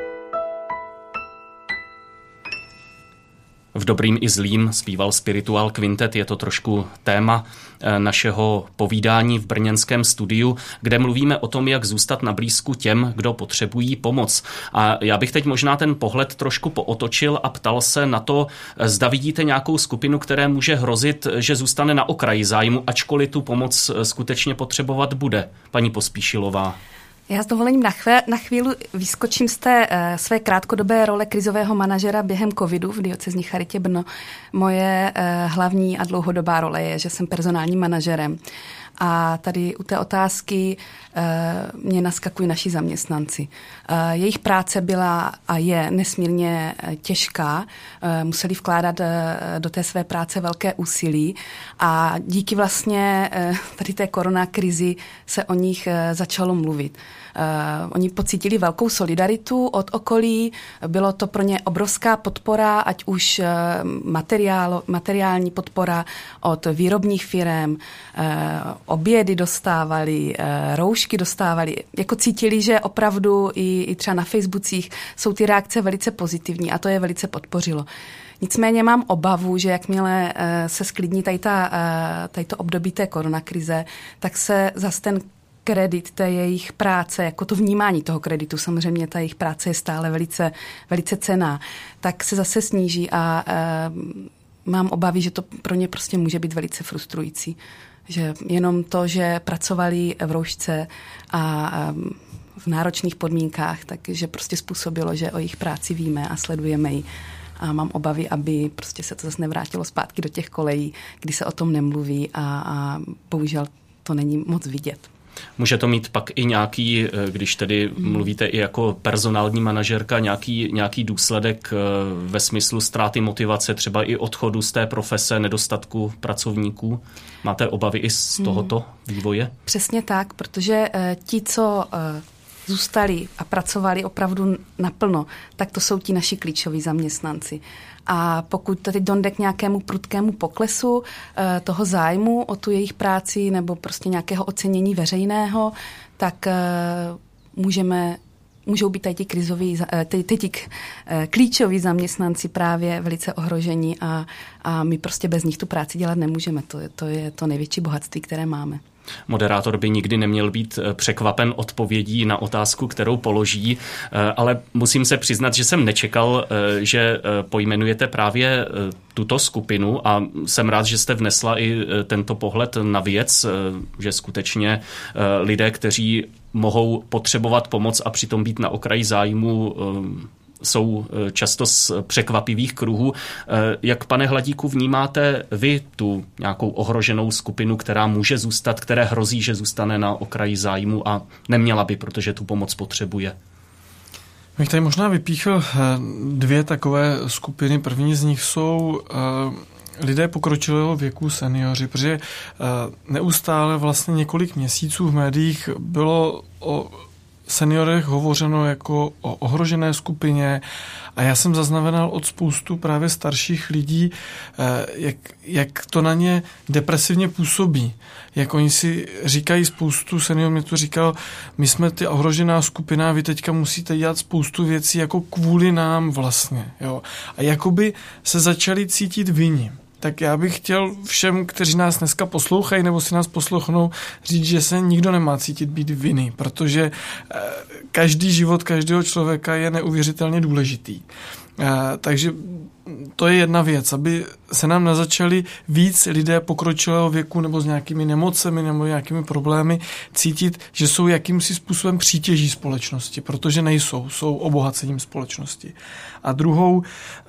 V dobrým i zlým zpíval Spiritual Quintet, je to trošku téma našeho povídání v brněnském studiu, kde mluvíme o tom, jak zůstat na blízku těm, kdo potřebují pomoc. A já bych teď možná ten pohled trošku pootočil a ptal se na to, zda vidíte nějakou skupinu, které může hrozit, že zůstane na okraji zájmu, ačkoliv tu pomoc skutečně potřebovat bude. Paní Pospíšilová. Já s dovolením na chvíli vyskočím z té své krátkodobé role krizového manažera během covidu v diecézní Charitě Brno. Moje hlavní a dlouhodobá role je, že jsem personálním manažerem. A tady u té otázky mě naskakují naši zaměstnanci. Jejich práce byla a je nesmírně těžká. Museli vkládat do té své práce velké úsilí a díky vlastně tady té koronakrizi se o nich začalo mluvit. Oni pocítili velkou solidaritu od okolí, bylo to pro ně obrovská podpora, ať už materiální podpora od výrobních firem, obědy dostávali, roušky dostávali. Jako cítili, že opravdu i třeba na Facebookích jsou ty reakce velice pozitivní a to je velice podpořilo. Nicméně mám obavu, že jakmile se sklidní tady to období té koronakrize, tak se zase ten kredit té jejich práce, jako to vnímání toho kreditu, samozřejmě ta jejich práce je stále velice, velice cenná, tak se zase sníží a mám obavy, že to pro ně prostě může být velice frustrující. Že jenom to, že pracovali v roušce a v náročných podmínkách, takže prostě způsobilo, že o jejich práci víme a sledujeme ji. A mám obavy, aby prostě se to zase nevrátilo zpátky do těch kolejí, kdy se o tom nemluví a bohužel to není moc vidět. Může to mít pak i nějaký, když tedy mluvíte i jako personální manažerka, nějaký důsledek ve smyslu ztráty motivace, třeba i odchodu z té profese, nedostatku pracovníků? Máte obavy i z tohoto vývoje? Přesně tak, protože ti, co zůstali a pracovali opravdu naplno, tak to jsou ti naši klíčoví zaměstnanci. A pokud teď dojde k nějakému prudkému poklesu toho zájmu o tu jejich práci nebo prostě nějakého ocenění veřejného, tak můžou být ti klíčoví zaměstnanci právě velice ohroženi a my prostě bez nich tu práci dělat nemůžeme. To je to největší bohatství, které máme. Moderátor by nikdy neměl být překvapen odpovědí na otázku, kterou položí, ale musím se přiznat, že jsem nečekal, že pojmenujete právě tuto skupinu a jsem rád, že jste vnesla i tento pohled na věc, že skutečně lidé, kteří mohou potřebovat pomoc a přitom být na okraji zájmu, jsou často z překvapivých kruhů. Jak, pane Hladíku, vnímáte vy tu nějakou ohroženou skupinu, která může zůstat, které hrozí, že zůstane na okraji zájmu a neměla by, protože tu pomoc potřebuje? Bych tady možná vypíchl dvě takové skupiny. První z nich jsou lidé pokročilého věku, seniori, protože neustále vlastně několik měsíců v médiích bylo o seniorech hovořeno jako o ohrožené skupině a já jsem zaznamenal od spoustu právě starších lidí, jak to na ně depresivně působí. Jak oni si říkají, spoustu seniorů mě to říkal, my jsme ty ohrožená skupina, vy teďka musíte dělat spoustu věcí jako kvůli nám vlastně. Jo? A jakoby se začali cítit vinni. Tak já bych chtěl všem, kteří nás dneska poslouchají nebo si nás poslouchnou, říct, že se nikdo nemá cítit být vinný, protože každý život každého člověka je neuvěřitelně důležitý. Takže to je jedna věc, aby se nám nezačali víc lidé pokročilého věku nebo s nějakými nemocemi nebo nějakými problémy cítit, že jsou jakýmsi způsobem přítěží společnosti, protože jsou obohacením společnosti. A druhou,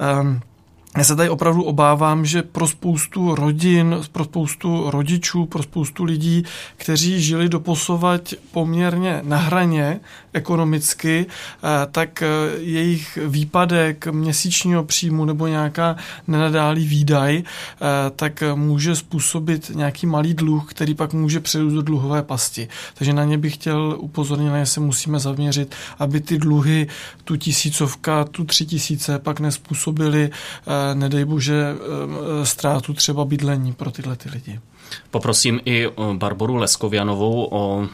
já se tady opravdu obávám, že pro spoustu rodin, pro spoustu rodičů, pro spoustu lidí, kteří žili doposavad poměrně na hraně ekonomicky, tak jejich výpadek měsíčního příjmu nebo nějaká nenadálý výdaj, tak může způsobit nějaký malý dluh, který pak může přejít do dluhové pasti. Takže na ně bych chtěl upozornit, na ně se musíme zaměřit, aby ty dluhy, tu 1000, tu 3000 pak nezpůsobily, nedej bože, ztrátu třeba bydlení pro tyhle ty lidi. Poprosím i Barboru Leskovianovou o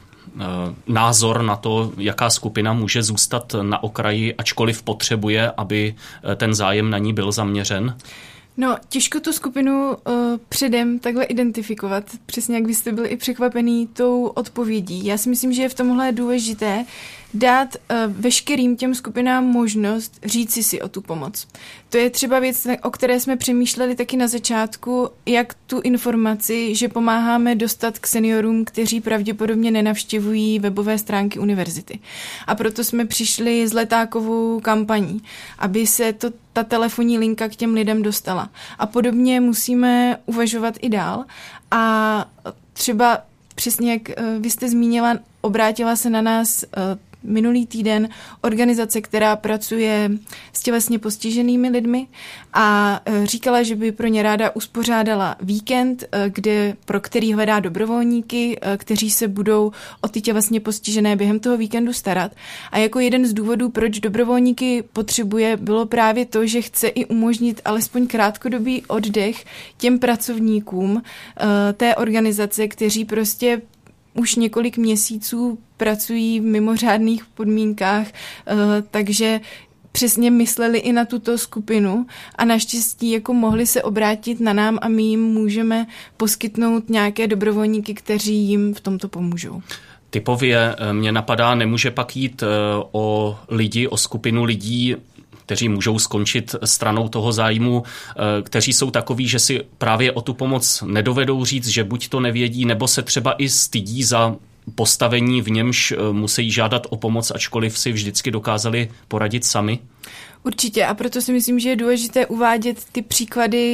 názor na to, jaká skupina může zůstat na okraji, ačkoliv potřebuje, aby ten zájem na ní byl zaměřen. No, těžko tu skupinu předem takhle identifikovat, přesně jak vy jste byli i překvapený tou odpovědí. Já si myslím, že je v tomhle důležité dát veškerým těm skupinám možnost říci si o tu pomoc. To je třeba věc, o které jsme přemýšleli taky na začátku, jak tu informaci, že pomáháme dostat k seniorům, kteří pravděpodobně nenavštěvují webové stránky univerzity. A proto jsme přišli s letákovou kampaní, aby se ta telefonní linka k těm lidem dostala. A podobně musíme uvažovat i dál. A třeba přesně jak vy jste zmínila, obrátila se na nás minulý týden organizace, která pracuje s tělesně postiženými lidmi a říkala, že by pro ně ráda uspořádala víkend, pro který hledá dobrovolníky, kteří se budou o ty tělesně postižené během toho víkendu starat. A jako jeden z důvodů, proč dobrovolníky potřebuje, bylo právě to, že chce i umožnit alespoň krátkodobý oddech těm pracovníkům té organizace, kteří prostě už několik měsíců pracují v mimořádných podmínkách, takže přesně mysleli i na tuto skupinu a naštěstí jako mohli se obrátit na nám a my jim můžeme poskytnout nějaké dobrovolníky, kteří jim v tomto pomůžou. Typově mě napadá, nemůže pak jít o lidi, o skupinu lidí, kteří můžou skončit stranou toho zájmu, kteří jsou takoví, že si právě o tu pomoc nedovedou říct, že buď to nevědí, nebo se třeba i stydí za postavení, v němž musí žádat o pomoc, ačkoliv si vždycky dokázali poradit sami? Určitě a proto si myslím, že je důležité uvádět ty příklady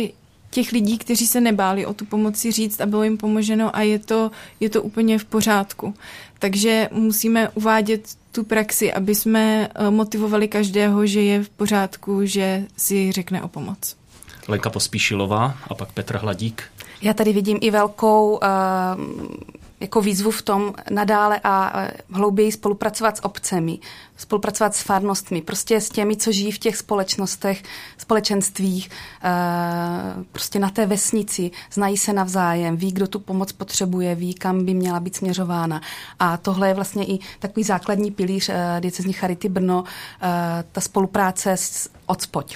těch lidí, kteří se nebáli o tu pomoci říct a bylo jim pomoženo a je to úplně v pořádku. Takže musíme uvádět tu praxi, aby jsme motivovali každého, že je v pořádku, že si řekne o pomoc. Lenka Pospíšilová a pak Petr Hladík. Já tady vidím i velkou jako výzvu v tom nadále a hlouběji spolupracovat s obcemi, spolupracovat s farnostmi, prostě s těmi, co žijí v těch společnostech, společenstvích, prostě na té vesnici, znají se navzájem, ví, kdo tu pomoc potřebuje, ví, kam by měla být směřována. A tohle je vlastně i takový základní pilíř diecézní Charity Brno, ta spolupráce odspodť.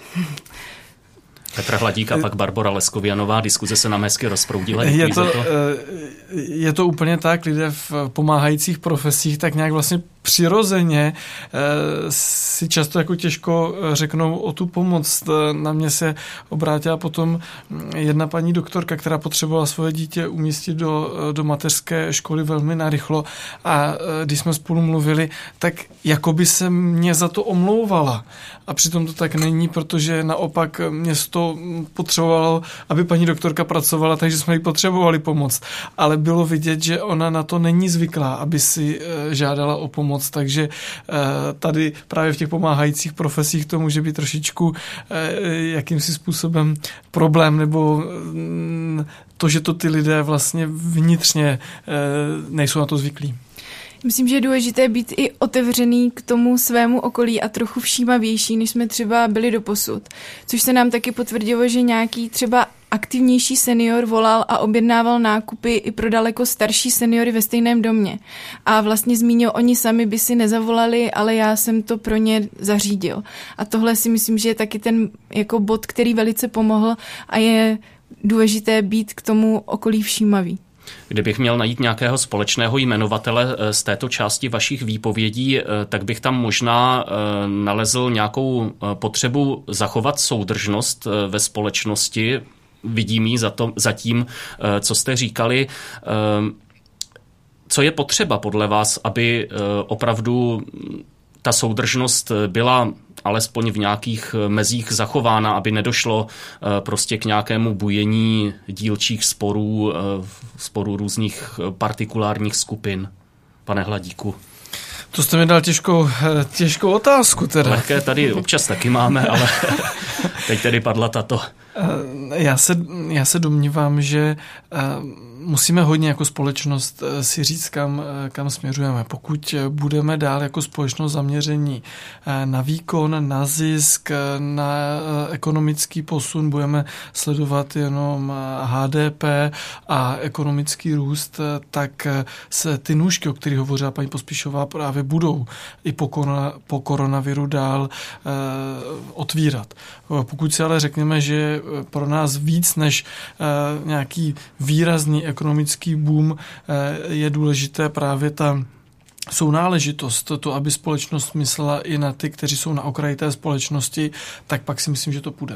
Petr Hladík a pak Barbora Leskovianová. Diskuze se nám hezky rozproudila. Je to úplně tak, lidé v pomáhajících profesích tak nějak vlastně přirozeně si často jako těžko řeknou o tu pomoc. Na mě se obrátila potom jedna paní doktorka, která potřebovala svoje dítě umístit do mateřské školy velmi narychlo a když jsme spolu mluvili, tak jako by se mě za to omlouvala. A přitom to tak není, protože naopak město potřebovalo, aby paní doktorka pracovala, takže jsme jí potřebovali pomoct. Ale bylo vidět, že ona na to není zvyklá, aby si žádala o pomoc. Takže tady právě v těch pomáhajících profesích to může být trošičku jakýmsi způsobem problém, nebo to, že to ty lidé vlastně vnitřně nejsou na to zvyklí. Myslím, že je důležité být i otevřený k tomu svému okolí a trochu všímavější, než jsme třeba byli doposud. Což se nám taky potvrdilo, že nějaký třeba aktivnější senior volal a objednával nákupy i pro daleko starší seniory ve stejném domě. A vlastně zmínil, oni sami by si nezavolali, ale já jsem to pro ně zařídil. A tohle si myslím, že je taky ten jako bod, který velice pomohl a je důležité být k tomu okolí všímavý. Kdybych měl najít nějakého společného jmenovatele z této části vašich výpovědí, tak bych tam možná nalezl nějakou potřebu zachovat soudržnost ve společnosti. Vidím ji za tím, co jste říkali. Co je potřeba podle vás, aby opravdu ta soudržnost byla alespoň v nějakých mezích zachována, aby nedošlo prostě k nějakému bujení dílčích sporů různých partikulárních skupin? Pane Hladíku. To jste mi dal těžkou otázku teda. Lehké tady občas taky máme, ale teď tedy padla tato. Já se domnívám, že musíme hodně jako společnost si říct, kam směřujeme. Pokud budeme dál jako společnost zaměření na výkon, na zisk, na ekonomický posun, budeme sledovat jenom HDP a ekonomický růst, tak se ty nůžky, o kterých hovořila paní Pospíšová, právě budou i po koronaviru dál otvírat. Pokud si ale řekneme, že pro nás víc než nějaký výrazný ekonomický boom je důležité právě ta sounáležitost, to, aby společnost myslela i na ty, kteří jsou na okraji té společnosti, tak pak si myslím, že to půjde.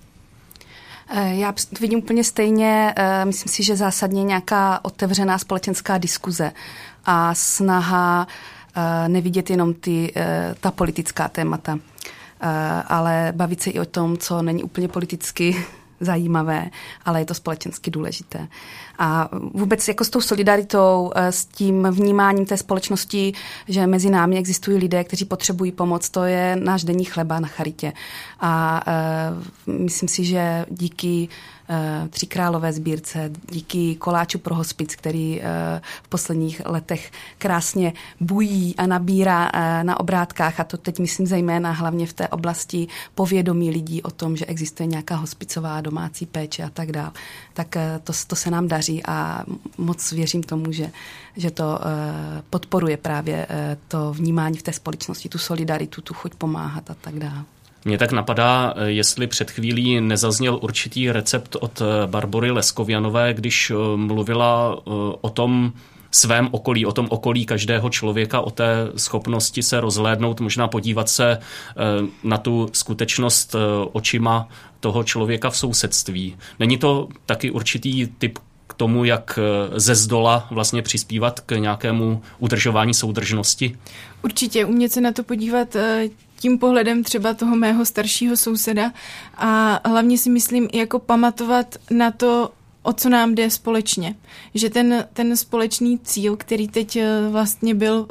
Já to vidím úplně stejně. Myslím si, že zásadně nějaká otevřená společenská diskuze a snaha nevidět jenom ta politická témata, ale bavit se i o tom, co není úplně politicky zajímavé, ale je to společensky důležité. A vůbec jako s tou solidaritou, s tím vnímáním té společnosti, že mezi námi existují lidé, kteří potřebují pomoc, to je náš denní chleba na charitě. A myslím si, že díky Tříkrálové sbírce, díky Koláču pro hospic, který v posledních letech krásně bují a nabírá na obrátkách, a to teď myslím zejména hlavně v té oblasti povědomí lidí o tom, že existuje nějaká hospicová domácí péče a tak dál. Tak to se nám daří a moc věřím tomu, že to podporuje právě to vnímání v té společnosti, tu solidaritu, tu chuť pomáhat a tak dále. Mně tak napadá, jestli před chvílí nezazněl určitý recept od Barbory Leskovianové, když mluvila o tom svém okolí, o tom okolí každého člověka, o té schopnosti se rozhlédnout, možná podívat se na tu skutečnost očima toho člověka v sousedství. Není to taky určitý typ k tomu, jak ze zdola vlastně přispívat k nějakému udržování soudržnosti? Určitě, umět se na to podívat tím pohledem třeba toho mého staršího souseda a hlavně si myslím jako pamatovat na to, o co nám jde společně. Že ten společný cíl, který teď vlastně byl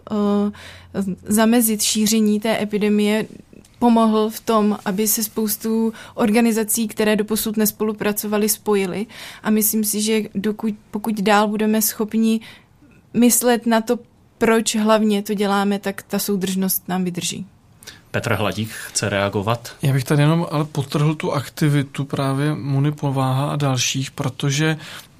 zamezit šíření té epidemie, pomohl v tom, aby se spoustu organizací, které doposud nespolupracovaly, spojily. A myslím si, že pokud dál budeme schopni myslet na to, proč hlavně to děláme, tak ta soudržnost nám vydrží. Petr Hladík chce reagovat. Já bych tady jenom ale podtrhl tu aktivitu právě Muny Pomáhá a dalších, protože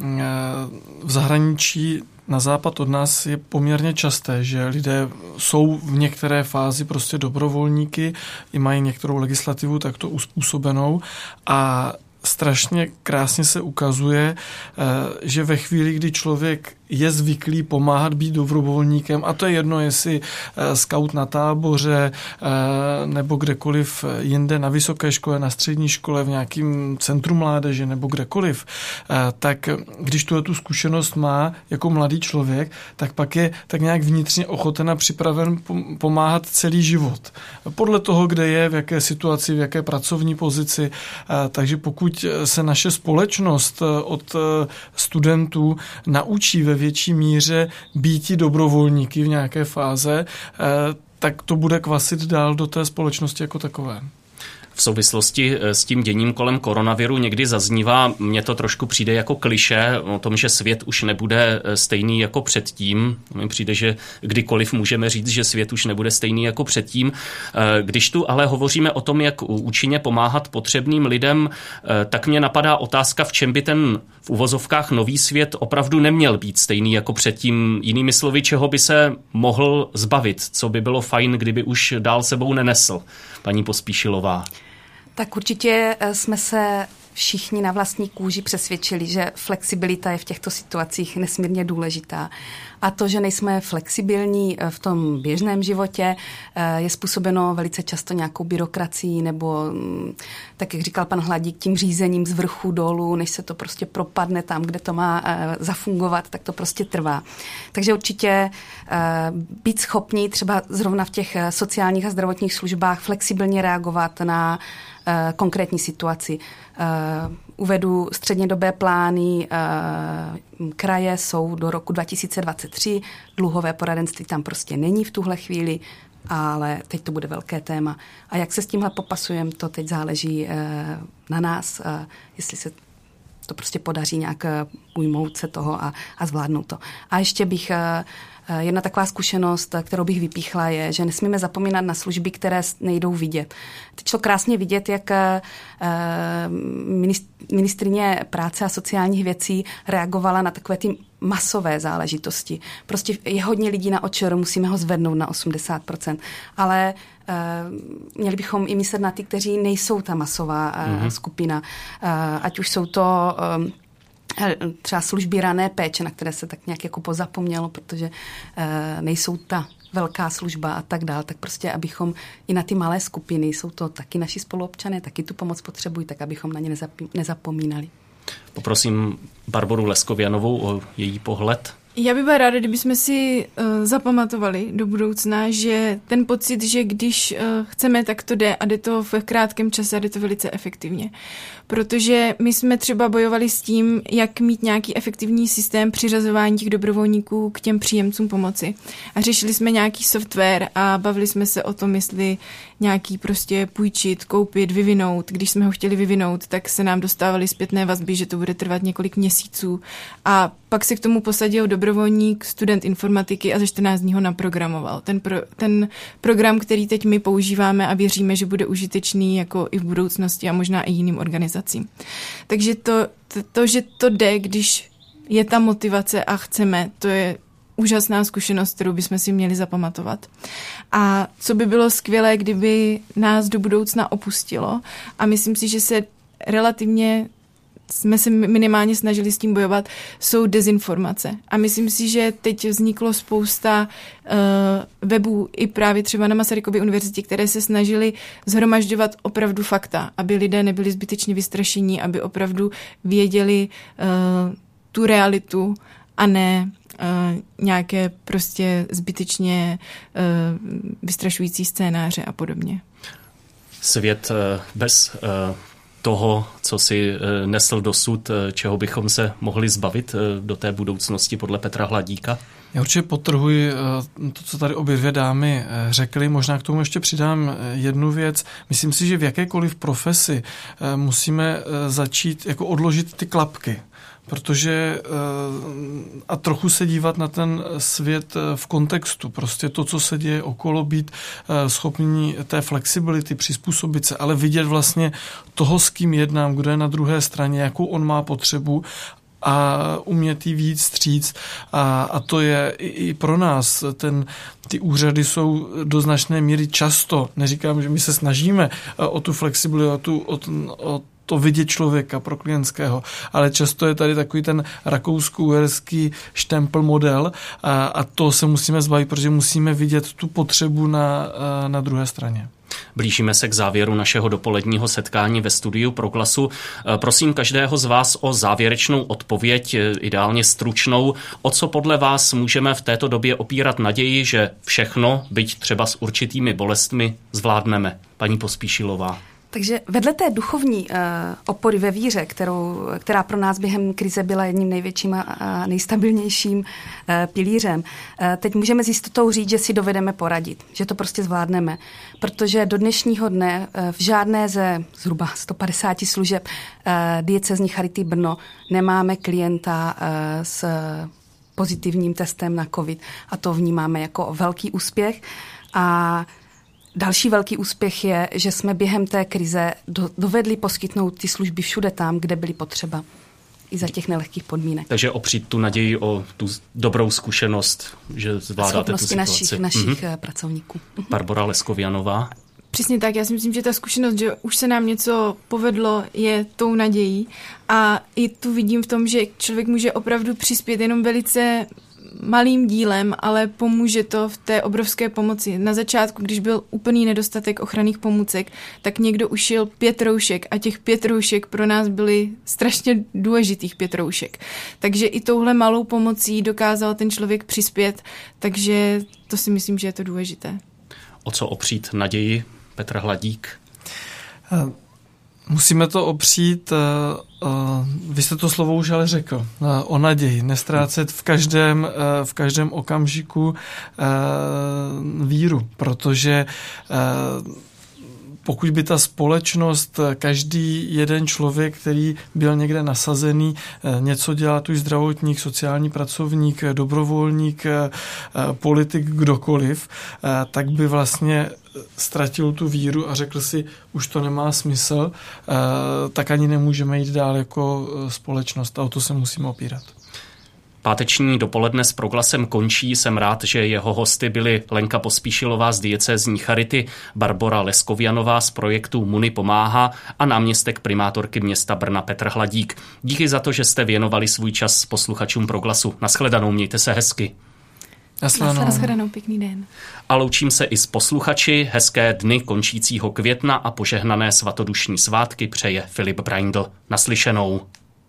v zahraničí na západ od nás je poměrně časté, že lidé jsou v některé fázi prostě dobrovolníky, i mají některou legislativu takto uspůsobenou a strašně krásně se ukazuje, že ve chvíli, kdy člověk je zvyklý pomáhat, být dobrovolníkem, a to je jedno, jestli skaut na táboře nebo kdekoliv jinde na vysoké škole, na střední škole, v nějakém centru mládeže nebo kdekoliv, tak když tu zkušenost má jako mladý člověk, tak pak je tak nějak vnitřně ochoten a připraven pomáhat celý život. Podle toho, kde je, v jaké situaci, v jaké pracovní pozici. Takže pokud se naše společnost od studentů naučí ve větší míře býti dobrovolníky v nějaké fáze, tak to bude kvasit dál do té společnosti jako takové. V souvislosti s tím děním kolem koronaviru někdy zaznívá, mně to trošku přijde jako klišé o tom, že svět už nebude stejný jako předtím. Mně přijde, že kdykoliv můžeme říct, že svět už nebude stejný jako předtím. Když tu ale hovoříme o tom, jak účinně pomáhat potřebným lidem, tak mě napadá otázka, v čem by ten v uvozovkách nový svět opravdu neměl být stejný jako předtím. Jinými slovy, čeho by se mohl zbavit, co by bylo fajn, kdyby už dál sebou nenesl. Paní Pospíšilová. Tak určitě jsme se všichni na vlastní kůži přesvědčili, že flexibilita je v těchto situacích nesmírně důležitá. A to, že nejsme flexibilní v tom běžném životě, je způsobeno velice často nějakou byrokracií nebo, tak jak říkal pan Hladík, tím řízením z vrchu dolů, než se to prostě propadne tam, kde to má zafungovat, tak to prostě trvá. Takže určitě být schopní třeba zrovna v těch sociálních a zdravotních službách flexibilně reagovat na konkrétní situaci. Uvedu střednědobé plány. Kraje jsou do roku 2023. Dluhové poradenství tam prostě není v tuhle chvíli, ale teď to bude velké téma. A jak se s tímhle popasujeme, to teď záleží na nás, jestli se to prostě podaří nějak ujmout se toho a zvládnout to. A ještě bych jedna taková zkušenost, kterou bych vypíchla, je, že nesmíme zapomínat na služby, které nejdou vidět. Teď šlo krásně vidět, jak ministryně práce a sociálních věcí reagovala na takové ty masové záležitosti. Prostě je hodně lidí na OČR, musíme ho zvednout na 80%, ale měli bychom i myslet na ty, kteří nejsou ta masová skupina. Ať už jsou to třeba služby rané péče, na které se tak nějak jako pozapomnělo, protože nejsou ta velká služba a tak dál, tak prostě abychom i na ty malé skupiny, jsou to taky naši spoluobčané, taky tu pomoc potřebují, tak abychom na ně nezapomínali. Poprosím Barboru Leskovianovou o její pohled. Já bych byla ráda, kdybychom si zapamatovali do budoucna, že ten pocit, že když chceme, tak to jde a jde to v krátkém čase a jde to velice efektivně. Protože my jsme třeba bojovali s tím, jak mít nějaký efektivní systém přiřazování těch dobrovolníků k těm příjemcům pomoci. A řešili jsme nějaký software a bavili jsme se o tom, jestli nějaký prostě půjčit, koupit, vyvinout. Když jsme ho chtěli vyvinout, tak se nám dostávaly zpětné vazby, že to bude trvat několik měsíců. A pak se k tomu posadil dobrovolník, student informatiky a za 14 dní ho naprogramoval. Ten program, který teď my používáme a věříme, že bude užitečný jako i v budoucnosti a možná i jiným organizacím. Takže to, že to jde, když je ta motivace a chceme, to je úžasná zkušenost, kterou bychom si měli zapamatovat. A co by bylo skvělé, kdyby nás do budoucna opustilo, a myslím si, že se relativně jsme se minimálně snažili s tím bojovat, jsou dezinformace. A myslím si, že teď vzniklo spousta webů i právě třeba na Masarykově univerzitě, které se snažily shromažďovat opravdu fakta, aby lidé nebyli zbytečně vystrašení, aby opravdu věděli tu realitu a ne nějaké prostě zbytečně vystrašující scénáře a podobně. Svět bez toho, co si nesl dosud, čeho bychom se mohli zbavit do té budoucnosti podle Petra Hladíka? Já určitě podtrhuji to, co tady obě dvě dámy řekly. Možná k tomu ještě přidám jednu věc. Myslím si, že v jakékoliv profesi musíme začít jako odložit ty klapky, protože a trochu se dívat na ten svět v kontextu. Prostě to, co se děje okolo, být schopní té flexibility, přizpůsobit se, ale vidět vlastně toho, s kým jednám, kdo je na druhé straně, jakou on má potřebu a umět jí víc vstříc. A to je i pro nás. Ty úřady jsou do značné míry často, neříkám, že my se snažíme o tu flexibilitu, o to vidět člověka pro klientského, ale často je tady takový ten rakousko-uherský štempel model a to se musíme zbavit, protože musíme vidět tu potřebu na druhé straně. Blížíme se k závěru našeho dopoledního setkání ve studiu Proglasu. Prosím každého z vás o závěrečnou odpověď, ideálně stručnou. O co podle vás můžeme v této době opírat naději, že všechno, byť třeba s určitými bolestmi, zvládneme? Paní Pospíšilová. Takže vedle té duchovní opory ve víře, která pro nás během krize byla jedním největším a nejstabilnějším pilířem, teď můžeme s jistotou říct, že si dovedeme poradit, že to prostě zvládneme. Protože do dnešního dne v žádné ze zhruba 150 služeb diecézní Charity Brno nemáme klienta s pozitivním testem na COVID. A to vnímáme jako velký úspěch. A další velký úspěch je, že jsme během té krize dovedli poskytnout ty služby všude tam, kde byly potřeba. I za těch nelehkých podmínek. Takže opřít tu naději o tu dobrou zkušenost, že zvládáte tu situaci. našich pracovníků. Barbora Leskovianová. Přesně tak, já si myslím, že ta zkušenost, že už se nám něco povedlo, je tou nadějí. A i tu vidím v tom, že člověk může opravdu přispět jenom velice malým dílem, ale pomůže to v té obrovské pomoci. Na začátku, když byl úplný nedostatek ochranných pomůcek, tak někdo ušil 5 roušek a těch 5 roušek pro nás byly strašně důležitých 5 roušek. Takže i touhle malou pomocí dokázal ten člověk přispět, takže to si myslím, že je to důležité. O co opřít naději? Petr Hladík. Musíme to opřít, vy jste to slovo už ale řekl, o naději, nestrácet v každém okamžiku víru, protože pokud by ta společnost, každý jeden člověk, který byl někde nasazený, něco dělá, tu zdravotník, sociální pracovník, dobrovolník, politik, kdokoliv, tak by vlastně ztratil tu víru a řekl si, už to nemá smysl, tak ani nemůžeme jít dál jako společnost a o to se musíme opírat. Páteční dopoledne s Proglasem končí. Jsem rád, že jeho hosty byly Lenka Pospíšilová z diecézní Charity, Barbora Leskovianová z projektu Muni pomáhá a náměstek primátorky města Brna Petr Hladík. Díky za to, že jste věnovali svůj čas posluchačům Proglasu. Nashledanou, mějte se hezky. Nashledanou, pěkný den. A loučím se i s posluchači. Hezké dny končícího května a požehnané svatodušní svátky přeje Filip Braindl. Naslyšenou.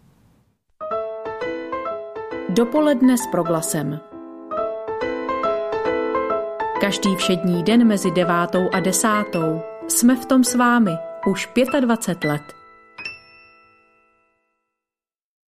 Dopoledne s Proglasem. Každý všední den mezi 9. a 10. jsme v tom s vámi už 25 let.